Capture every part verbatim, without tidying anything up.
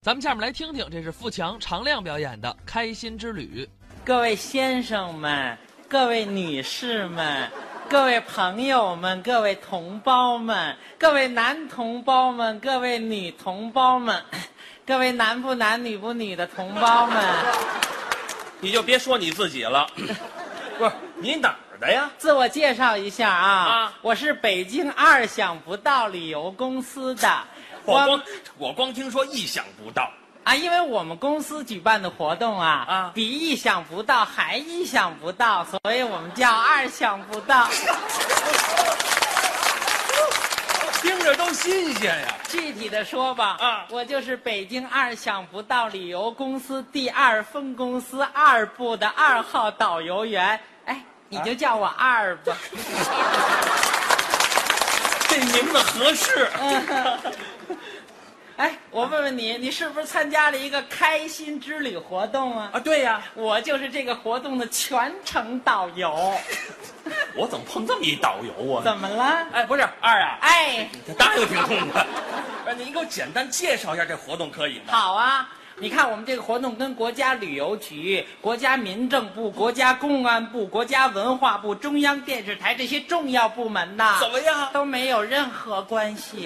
咱们下面来听听，这是富强、常亮表演的《开心之旅》。 各位先生们，各位女士们，各位朋友们，各位同胞们，各位男同胞们，各位女同胞们，各位男不男女不女的同胞们， 你就别说你自己了。不是你哪儿的呀？ 自我介绍一下啊， 啊我是北京二想不到旅游公司的。 我光我光听说意想不到啊，因为我们公司举办的活动啊， 啊比意想不到还意想不到，所以我们叫二想不到。 听着都新鲜呀。 具体的说吧， 啊我就是北京二想不到旅游公司第二分公司二部的二号导游员。哎，你就叫我二吧。 这名字合适。 哎，我问问你，你是不是参加了一个开心之旅活动啊？ 啊，对呀， 我就是这个活动的全程导游。 我怎么碰这么一导游啊？ 怎么了？ 哎，不是二啊， 哎， 这答应挺痛快。哎，您给我简单介绍一下这活动可以吗？ 好啊。你看，我们这个活动跟国家旅游局、国家民政部、国家公安部、国家文化部、中央电视台这些重要部门呐， 怎么样？ 都没有任何关系。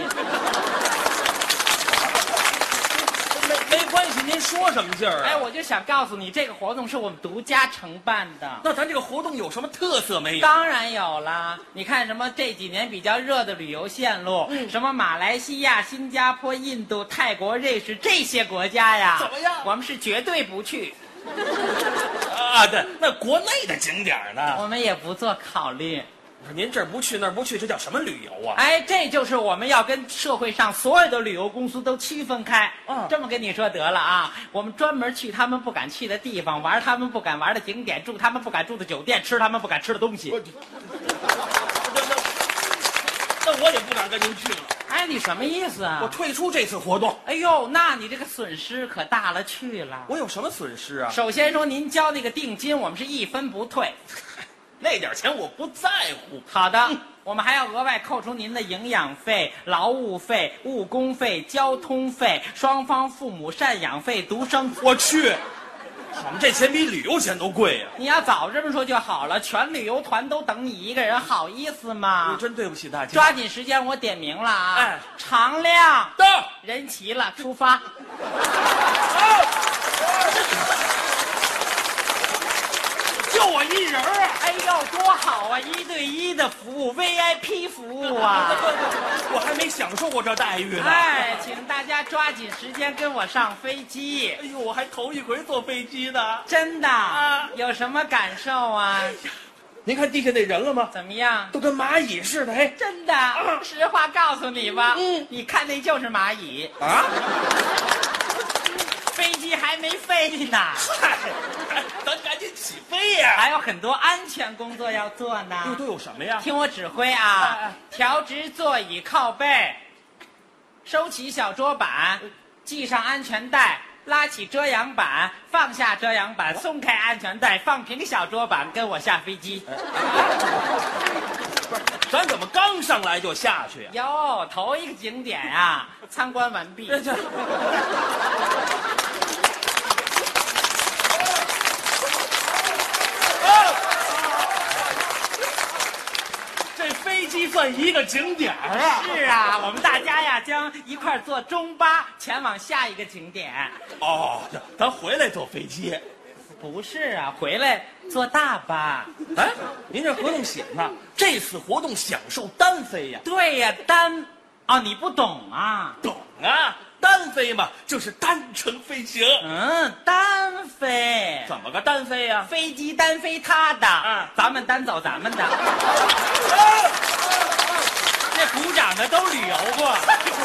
没没关系，您说什么劲儿啊？ 哎，我就想告诉你，这个活动是我们独家承办的。 那咱这个活动有什么特色没有？ 当然有啦！你看什么这几年比较热的旅游线路， 嗯什么马来西亚、新加坡、印度、泰国、瑞士这些国家呀， 怎么样我们是绝对不去， 啊，对，那国内的景点呢？ 我们也不做考虑。 您这儿不去那儿不去，这叫什么旅游啊？ 哎，这就是我们要跟社会上所有的旅游公司都区分开。 嗯这么跟你说得了啊，我们专门去他们不敢去的地方，玩他们不敢玩的景点，住他们不敢住的酒店，吃他们不敢吃的东西。 那那那我也不敢跟您去了， 哎，你什么意思啊？ 我退出这次活动。 哎呦，那你这个损失可大了去了。 我有什么损失啊？ 首先说，您交那个定金，我们是一分不退。 那点钱我不在乎。 好的，我们还要额外扣除您的营养费、劳务费、误工费、交通费、双方父母赡养费、独生子。 我去，我们这钱比旅游钱都贵呀、 你要早这么说就好了，全旅游团都等你一个人，好意思吗我？真对不起大家。 抓紧时间，我点名了啊！ 哎常亮到， 人齐了，出发。 就我一人啊！ 哎呦，多好啊！一对一的服务 ，V I P 服务啊！ 我还没享受过这待遇呢。 哎，请大家抓紧时间跟我上飞机。 哎呦，我还头一回坐飞机呢。 真的、 啊有什么感受啊？ 您看地下那人了吗？ 怎么样？ 都跟蚂蚁似的。哎， 真的，实话告诉你吧， 嗯你看那就是蚂蚁， 啊， 飞机还没飞呢， 嗨，咱赶紧起飞呀！ 还有很多安全工作要做呢。 这都有什么呀？ 听我指挥哎啊哎！ 调直座椅靠背，收起小桌板，系上安全带，拉起遮阳板，放下遮阳板，松开安全带，放平小桌板，跟我下飞机。 不是，咱怎么刚上来就下去呀、 哟，头一个景点啊，参观完毕。 这这，这飞机算一个景点儿啊！ 是啊，我们大家呀将一块儿坐中巴前往下一个景点。 哦，咱回来坐飞机。 不是啊，回来坐大巴。 哎，您这合同写呢？这次活动享受单飞呀、 对呀、单，哦，你不懂啊？ 懂啊？单飞嘛，就是单程飞行。 嗯，单飞。 怎么个单飞呀、 飞机单飞他的， 啊咱们单走咱们的。这鼓掌的都旅游过。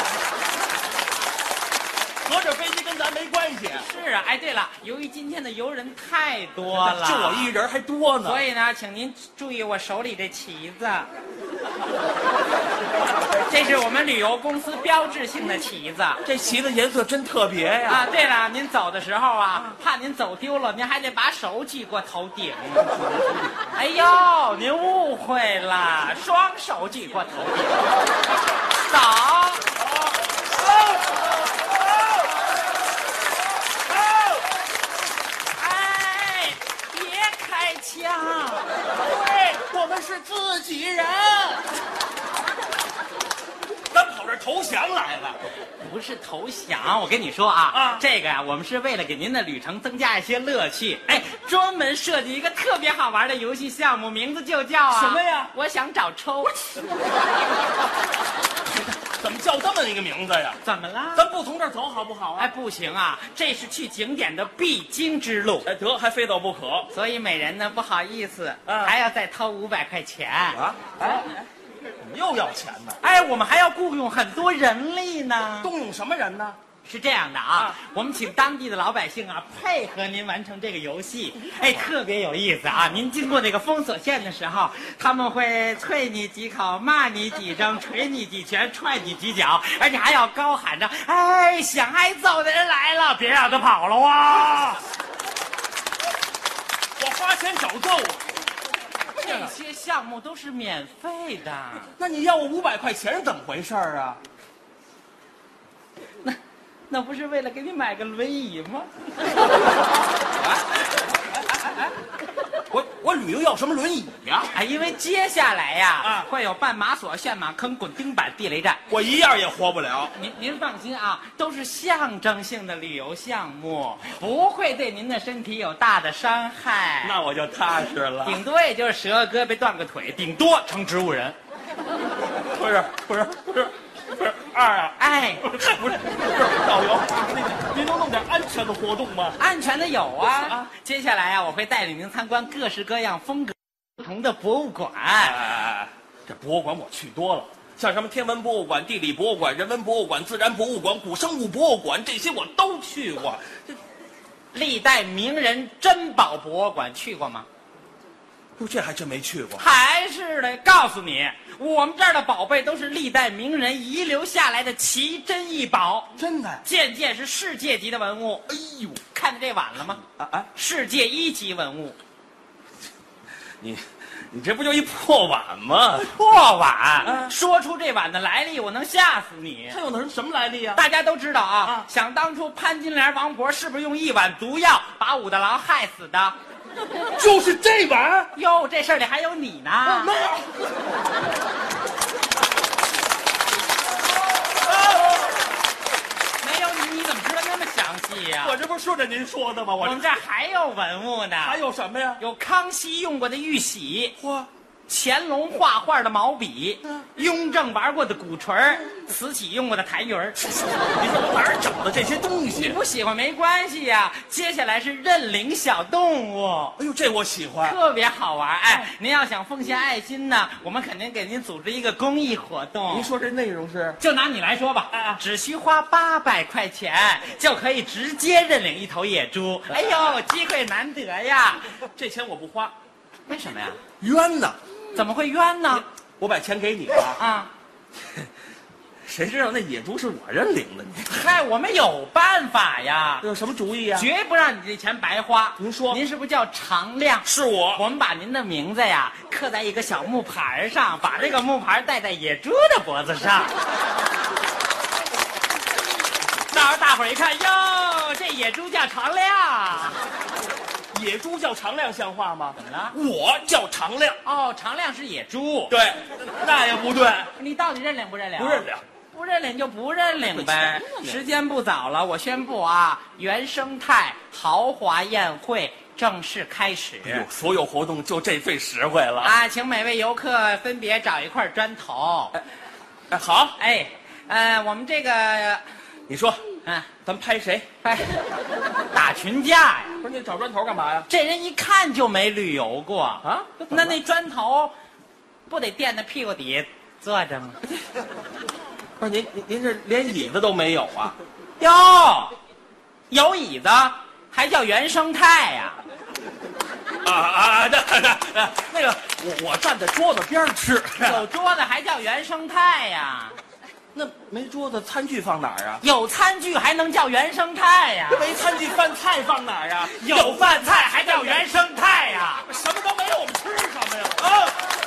合着飞机跟咱没关系。 是啊，哎，对了，由于今天的游人太多了， 就我一人还多呢。 所以呢，请您注意我手里这旗子，这是我们旅游公司标志性的旗子。 这旗子颜色真特别呀、 啊，对了，您走的时候啊，怕您走丢了，您还得把手举过头顶。哎呦，您误会了，双手举过头顶。走。 是自己人。咱跑这儿投降来了。 不是投降，我跟你说啊， 啊这个呀、我们是为了给您的旅程增加一些乐趣，哎，专门设计一个特别好玩的游戏项目，名字就叫啊什么呀？ 我想找抽。 怎么叫这么一个名字呀？ 怎么了？ 咱不从这儿走好不好啊？ 哎，不行啊，这是去景点的必经之路， 哎，得还非走不可所以每人呢不好意思， 啊还要再掏五百块钱。 啊！哎，怎么又要钱呢？ 哎，我们还要雇佣很多人力呢。 动用什么人呢？ 是这样的啊， 啊我们请当地的老百姓啊配合您完成这个游戏，哎，特别有意思啊！您经过那个封锁线的时候，他们会啐你几口，骂你几声，捶你几拳，踹你几脚，而且还要高喊着：“哎，想挨揍的人来了，别让他跑了啊！” 我花钱找揍啊！ 这些项目都是免费的。 那你要我五百块钱是怎么回事儿啊？ 那那不是为了给你买个轮椅吗？ 我我旅游要什么轮椅呀？ 啊，因为接下来呀， 啊会有绊马索、陷马坑、滚钉板、地雷战。 我一样也活不了。 您您放心啊，都是象征性的旅游项目，不会对您的身体有大的伤害。 那我就踏实了。 顶多也就是折个胳膊、断个腿，顶多成植物人。 不是不是不是不是二啊！ 哎， 不是不是导游，那个您能弄点安全的活动吗？ 安全的有啊。 啊接下来啊，我会带领您参观各式各样、风格不同的博物馆。 哎，这博物馆我去多了，像什么天文博物馆、地理博物馆、人文博物馆、自然博物馆、古生物博物馆，这些我都去过。这历代名人珍宝博物馆去过吗？ 不，这还真没去过。 还是得告诉你，我们这儿的宝贝都是历代名人遗留下来的奇珍异宝， 真的？ 件件是世界级的文物。 哎呦， 看见这碗了吗？ 啊啊！ 世界一级文物， 你你这不就一破碗吗？ 破碗。 啊说出这碗的来历，我能吓死你。 它有的什么来历呀、 大家都知道啊， 啊想当初潘金莲王婆是不是用一碗毒药把武大郎害死的？ 就是这碗。 哟，这事儿里还有你呢。 那没有你，你怎么知道那么详细呀、 我这不是顺着您说的吗？我这我们这儿还有文物呢， 还有什么呀？ 有康熙用过的玉玺， 嚯， 乾隆画画的毛笔， 嗯雍正玩过的鼓槌儿，慈禧用过的痰盂儿。 你说我哪儿找的这些东你西？ 不喜欢没关系呀、接下来是认领小动物。 哎呦，这我喜欢。 特别好玩哎！您要想奉献爱心呢，我们肯定给您组织一个公益活动。 您说这内容是？ 就拿你来说吧， 啊只需花八百块钱就可以直接认领一头野猪。哎呦，机会难得呀！ 这钱我不花， 为什么呀？ 冤呐！ 怎么会冤呢？ 我把钱给你了， 啊， 谁知道那野猪是我认领的？你嗨，我们有办法呀， 有什么主意呀、 绝不让你这钱白花。 您说您是不是叫常亮？ 是我。 我们把您的名字呀刻在一个小木牌上，把这个木牌戴在野猪的脖子上。到时候大伙儿一看，哟，这野猪叫常亮。 野猪叫常亮像话吗？ 怎么了？ 我叫常亮。 哦，常亮是野猪。 对，那也不对， 你到底认领不认领？ 不认领。 不认领就不认领呗不。认时间不早了，我宣布啊，原生态豪华宴会正式开始。 哎呦，所有活动就这最实惠了。 啊，请每位游客分别找一块砖头。 哎，好， 哎，呃，我们这个， 你说， 嗯， 咱拍谁？ 哎，打群架呀。 不是你找砖头干嘛呀？ 这人一看就没旅游过啊那那砖头，不得垫在屁股底下坐着吗？ 不是您，您您这连椅子都没有啊？ 哟，有椅子还叫原生态呀、 啊啊，那那那那个，我我站在桌子边儿吃。 有桌子还叫原生态呀、 那没桌子，餐具放哪儿啊？ 有餐具还能叫原生态呀、 没餐具，饭菜放哪儿啊？ 有饭菜还叫原生态呀、 什么都没有，我们吃什么呀？啊！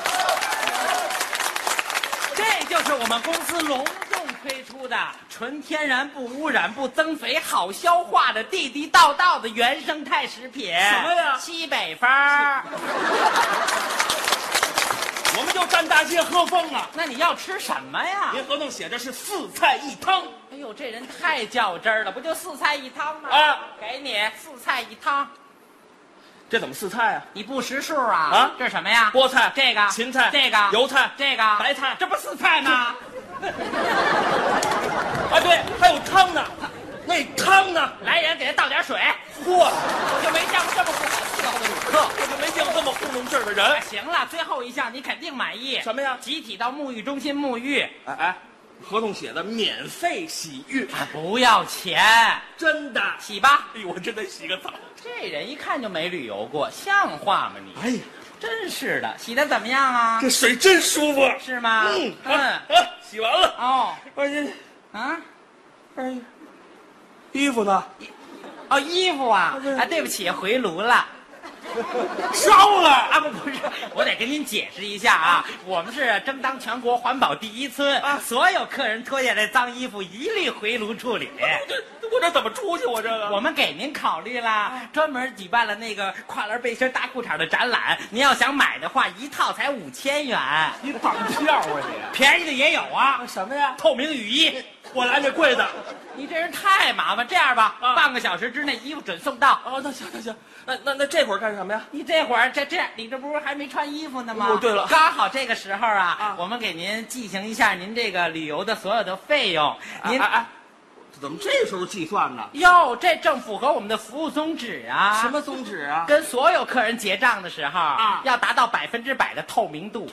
这就是我们公司隆重推出的纯天然、不污染、不增肥、好消化的地地道道的原生态食品。 什么呀西北风儿。 我们就站大街喝风啊。 那你要吃什么呀？ 您合同写着是四菜一汤。 哎呦，这人太较真儿了，不就四菜一汤吗？ 啊， 给你四菜一汤。 这怎么四菜啊？ 你不识数啊？ 啊， 这是什么呀？ 菠菜、 这个、 芹菜、 这个、 油菜、 这个、 白菜， 这不四菜吗？ 啊，对，还有汤呢。那汤呢？ 来人，给他倒点水。 嚯， 我就没见过这么不好伺候的旅客， 我就没见过这么糊弄事儿的人。 哎行了，最后一项你肯定满意。 什么呀？ 集体到沐浴中心沐浴。 哎哎，合同写的免费洗浴， 啊，不要钱， 真的。 洗吧。 哎呦，我真得洗个澡。 这人一看就没旅游过，像话吗你？ 哎呀， 真是的，洗的怎么样啊？ 这水真舒服。 是吗？ 嗯嗯， 啊，洗完了。 哦， 哎呀， 啊， 哎呀，衣服呢？ 哦，衣服啊，啊，对不起，回炉了。 烧了啊不不是，我得跟您解释一下啊，我们是争当全国环保第一村啊， 所有客人脱下来脏衣服一律回炉处理。 这我这怎么出去？我这个我们给您考虑了，专门举办了那个跨栏背心大裤衩的展览，您要想买的话，一套才五千元， 你绑票啊你？ 便宜的也有啊。 什么呀？ 透明雨衣， 我来那贵的。 你这人太麻烦，这样吧， 啊半个小时之内衣服准送到。 哦，那行那行，那那那这会儿干什么呀？ 你这会儿这这，你这不是还没穿衣服呢吗？ 哦对了刚好这个时候啊， 啊我们给您记行一下您这个旅游的所有的费用。您哎哎，怎么这时候计算呢？ 哟，这正符合我们的服务宗旨啊！ 什么宗旨啊？ 跟所有客人结账的时候啊要达到百分之百的透明度。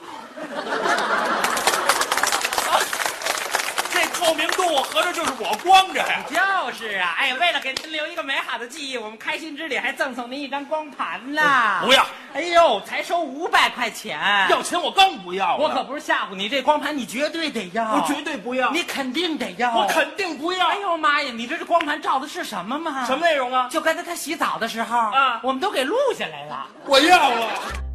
这透明度合着就是我光着呀？ 就是啊，哎，为了给您留一个美好的记忆，我们开心之礼还赠送您一张光盘呢。 不要！ 哎呦，才收五百块钱。 要钱我刚不要了。 我可不是吓唬你，这光盘你绝对得要， 我绝对不要。 你肯定得要， 我肯定不要。 哎呦妈呀，你这这光盘照的是什么吗？ 什么内容啊？ 就刚才他洗澡的时候啊我们都给录下来了。 我要了。